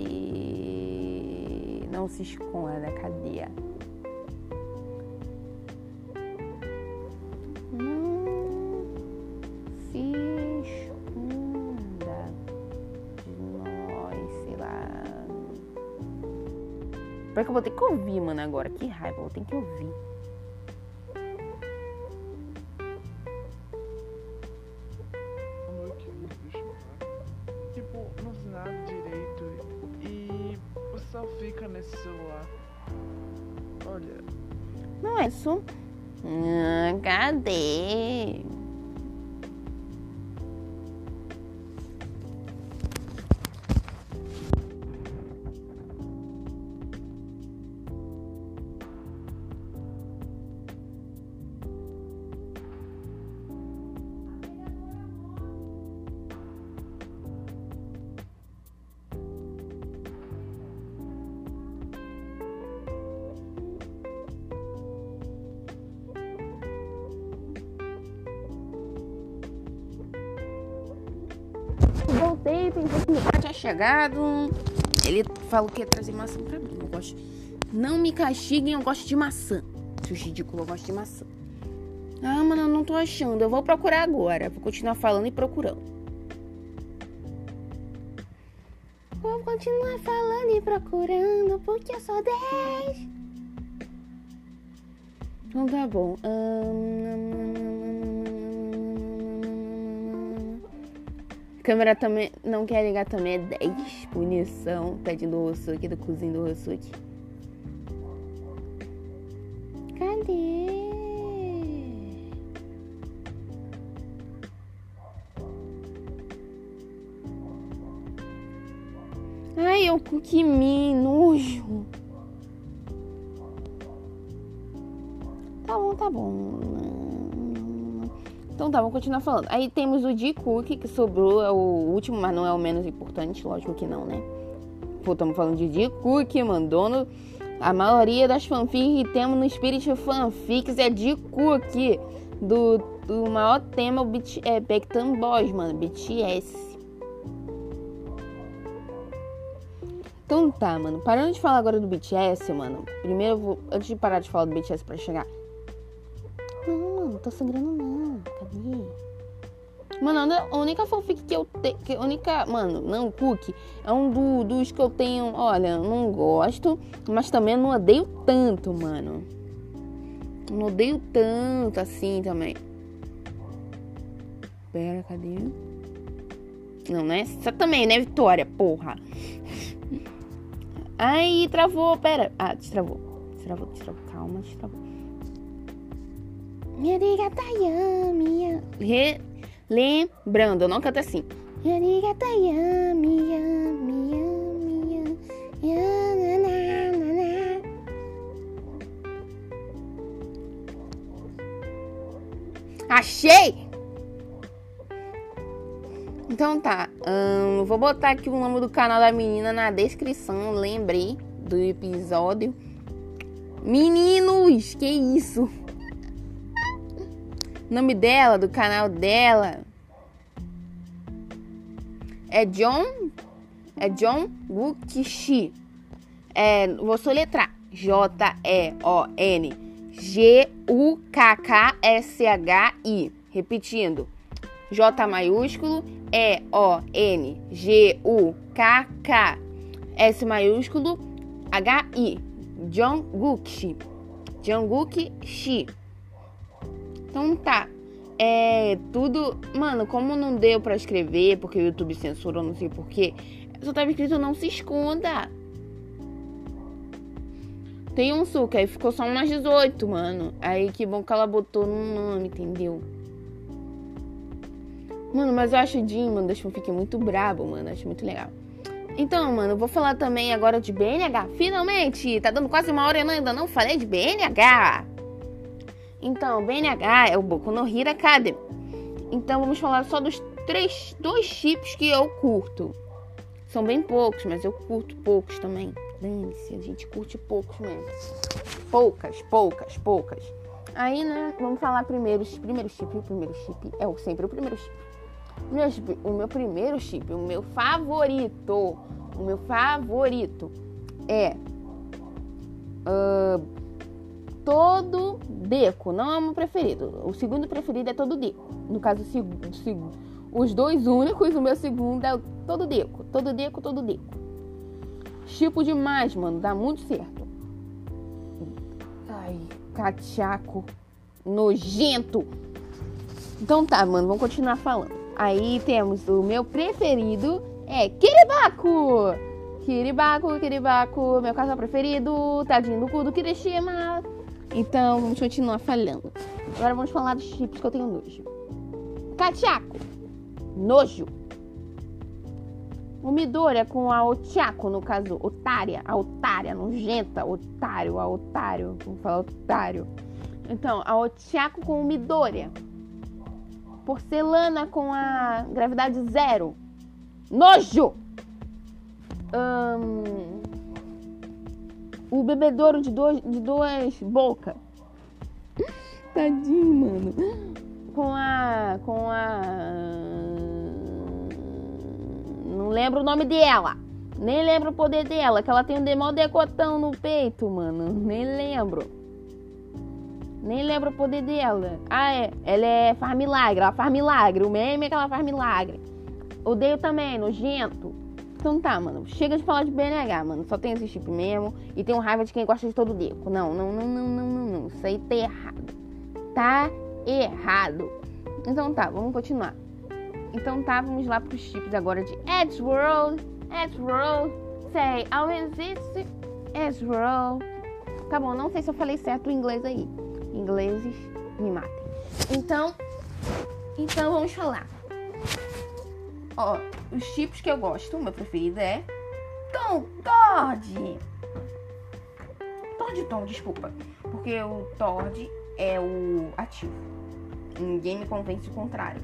Cadê? Não se esconda, cadê? Se esconda de nós, sei lá. Porque eu vou ter que ouvir, mano, agora. Que raiva, eu vou ter que ouvir. Tipo, não sei nada direito e você só fica nesse celular. Olha. Não é isso. Cadê? Voltei, pensei que meu pai tinha chegado. Ele falou que ia trazer maçã pra mim. Eu gosto. Não me castiguem, eu gosto de maçã. Seus ridículos, eu gosto de maçã. Mano, eu não tô achando. Eu vou procurar agora. Vou continuar falando e procurando. Vou continuar falando e procurando, porque eu sou 10. Então tá bom. Câmera também não quer ligar também, é 10. Punição, pede do Rosuki, do cozinho do Rosuki. Cadê? Ai, eu cookie me nojo. Tá bom. Então tá, vamos continuar falando. Aí temos o D-Cook, que sobrou, é o último, mas não é o menos importante, lógico que não, né? Pô, estamos falando de D-Cook, mandando a maioria das fanfics que temos no Spirit Fanfics é D-Cook, do maior tema, é Backstreet Boys, mano, BTS. Então tá, mano, parando de falar agora do BTS, mano, primeiro eu vou, antes de parar de falar do BTS pra chegar... Não, mano, tô sangrando não. Cadê? Mano, a única fanfic que eu tenho... Mano, não, Cookie. É um dos que eu tenho... Olha, não gosto. Mas também não odeio tanto, mano. Não odeio tanto assim também. Pera, cadê? Não, né? Essa também, né, Vitória? Porra. Ai, travou. Pera. Destravou. Calma, destravou. Lembrando, eu não canto assim. Achei! Então tá. Vou botar aqui o nome do canal da menina na descrição. Lembrei do episódio. Meninos, que isso? O nome dela, do canal dela é Jon Gukshi. Vou soletrar. JONGUKKSHI. Repetindo. J maiúsculo EONGUKK S maiúsculo HI. Jon Gukshi. Então tá. Tudo. Mano, como não deu pra escrever, porque o YouTube censurou, não sei porquê, só tava escrito não se esconda. Tem um suco, aí ficou só umas 18, mano. Aí que bom que ela botou no nome, entendeu? Mano, mas eu acho o Jim, mano, da fanfic muito brabo, mano. Acho muito legal. Então, mano, eu vou falar também agora de BNH. Finalmente! Tá dando quase uma hora e eu ainda não falei de BNH. Então, BNH é o Boku no Hero Academy. Então, vamos falar só dos dois chips que eu curto. São bem poucos, mas eu curto poucos também. Lembre-se, a gente curte poucos mesmo. Poucas. Aí, né, vamos falar primeiro. O primeiro chip é sempre o primeiro chip. O meu primeiro chip, o meu favorito é Todo Deco. Não é o meu preferido. O segundo preferido é Todo Deco. No caso, os dois únicos, o meu segundo é o Todo Deco. Chipo demais, mano. Dá muito certo. Ai, cachaco. Nojento. Então tá, mano. Vamos continuar falando. Aí temos o meu preferido. É Kiribako. Meu casal preferido. Tadinho do cu do Kirishima. Então, vamos continuar falando. Agora vamos falar dos chips que eu tenho nojo. Cachaco. Nojo. O Midori é com a Ochako, no caso, a otária, nojenta, a otário, vamos falar otário. Então, a Ochako com o Midori. Porcelana com a gravidade 0. Nojo! O bebedouro de duas bocas. Tadinho, mano. Com a... Não lembro o nome dela. Nem lembro o poder dela. Que ela tem um mó decotão no peito, mano. Nem lembro o poder dela. Ela faz milagre. Ela faz milagre. O meme é que ela faz milagre. Odeio também, nojento. Então tá, mano. Chega de falar de BNH, mano. Só tem esse tipo mesmo. E tenho raiva de quem gosta de Todo Deco. Não. Isso aí tá errado. Tá errado. Então tá, vamos continuar. Então tá, vamos lá pros chips agora de Edgeworld. Say, I'll exist. Edgeworld. Tá bom, não sei se eu falei certo o inglês aí. Ingleses, me matem. Então vamos falar. Ó, os chips que eu gosto, o meu preferido é Tom, desculpa. Porque o Tord é o ativo. Ninguém me convence o contrário.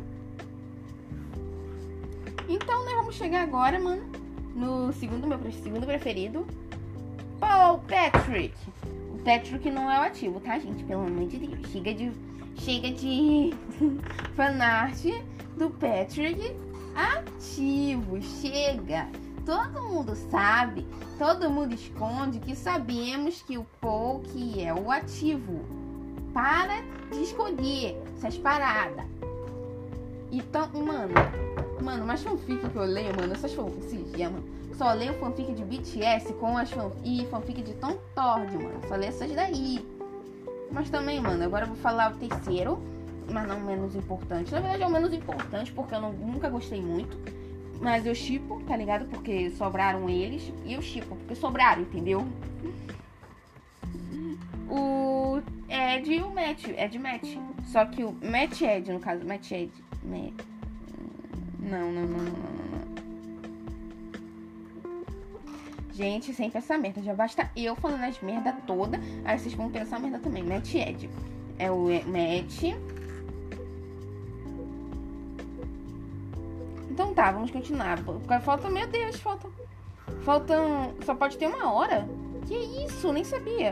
Então, nós vamos chegar agora, mano, no meu segundo preferido, Paul Patrick. O Patrick não é o ativo, tá, gente? Pelo amor de Deus. Chega de fanart do Patrick ativo. Chega. Todo mundo sabe, todo mundo esconde que sabemos que o Paul que é o ativo. Para de escolher essas paradas. Então, mano, mas fanfic que eu leio, mano, essas fanfics, mano, só leio fanfic de BTS com e fanfic de Tom Tord, mano, só leio essas daí. Mas também, mano, agora eu vou falar o terceiro, mas não menos importante. Na verdade é o menos importante, porque eu nunca gostei muito, mas eu shippo, tá ligado? Porque sobraram eles, e eu shippo, porque sobraram, entendeu? O Ed e o Matt, Matt. Só que o Matt Ed, no caso, Matt Ed. Não. Gente, sem pensar merda. Já basta eu falando as merda toda. Aí vocês vão pensar merda também. Matt Ed. É o Matt. Então tá, vamos continuar. Falta, meu Deus, faltam... Só pode ter 1 hora? Que isso? Nem sabia.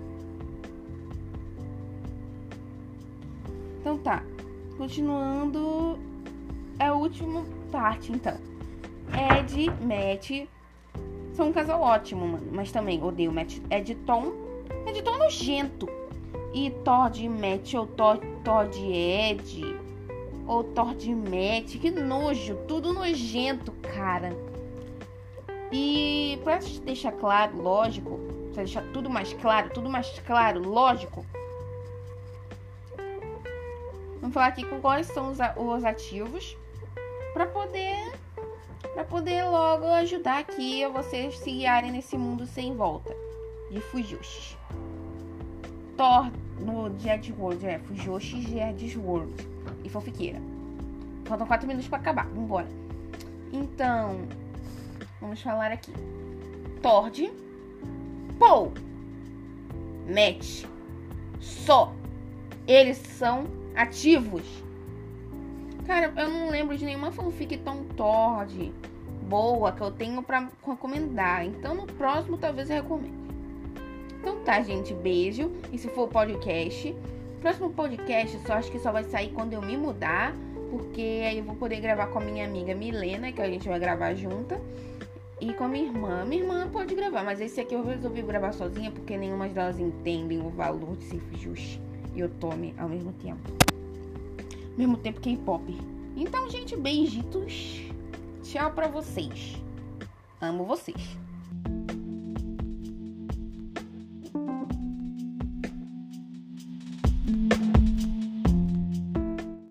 Então tá. Continuando. É a última parte, então. Ed e Matt são um casal ótimo, mano. Mas também odeio o Matt. Ed Tom nojento. E Todd e Matt, ou Todd e Ed, ou Todd e Matt. Que nojo. Tudo nojento, cara. E pra deixar claro, lógico, pra deixar tudo mais claro, lógico, vamos falar aqui com quais são os ativos pra poder logo ajudar aqui a vocês se guiarem nesse mundo sem volta de Fujoshi. Thor no Jet World, Fujoshi Jet World e Fofiqueira. Faltam 4 minutos pra acabar, vambora. Então, vamos falar aqui. Tord, Paul, Matt, só. Eles são ativos. Cara, eu não lembro de nenhuma fanfic tão Tord boa que eu tenho pra recomendar. Então no próximo talvez eu recomende. Então tá, gente, beijo. E se for podcast, próximo podcast só acho que só vai sair quando eu me mudar, porque aí eu vou poder gravar com a minha amiga Milena, que a gente vai gravar junta, e com a minha irmã. Minha irmã pode gravar, mas esse aqui eu resolvi gravar sozinha porque nenhuma delas entendem o valor de ser Fujoshi e Otome ao mesmo tempo. Mesmo tempo K-pop. Então, gente, beijitos. Tchau pra vocês. Amo vocês.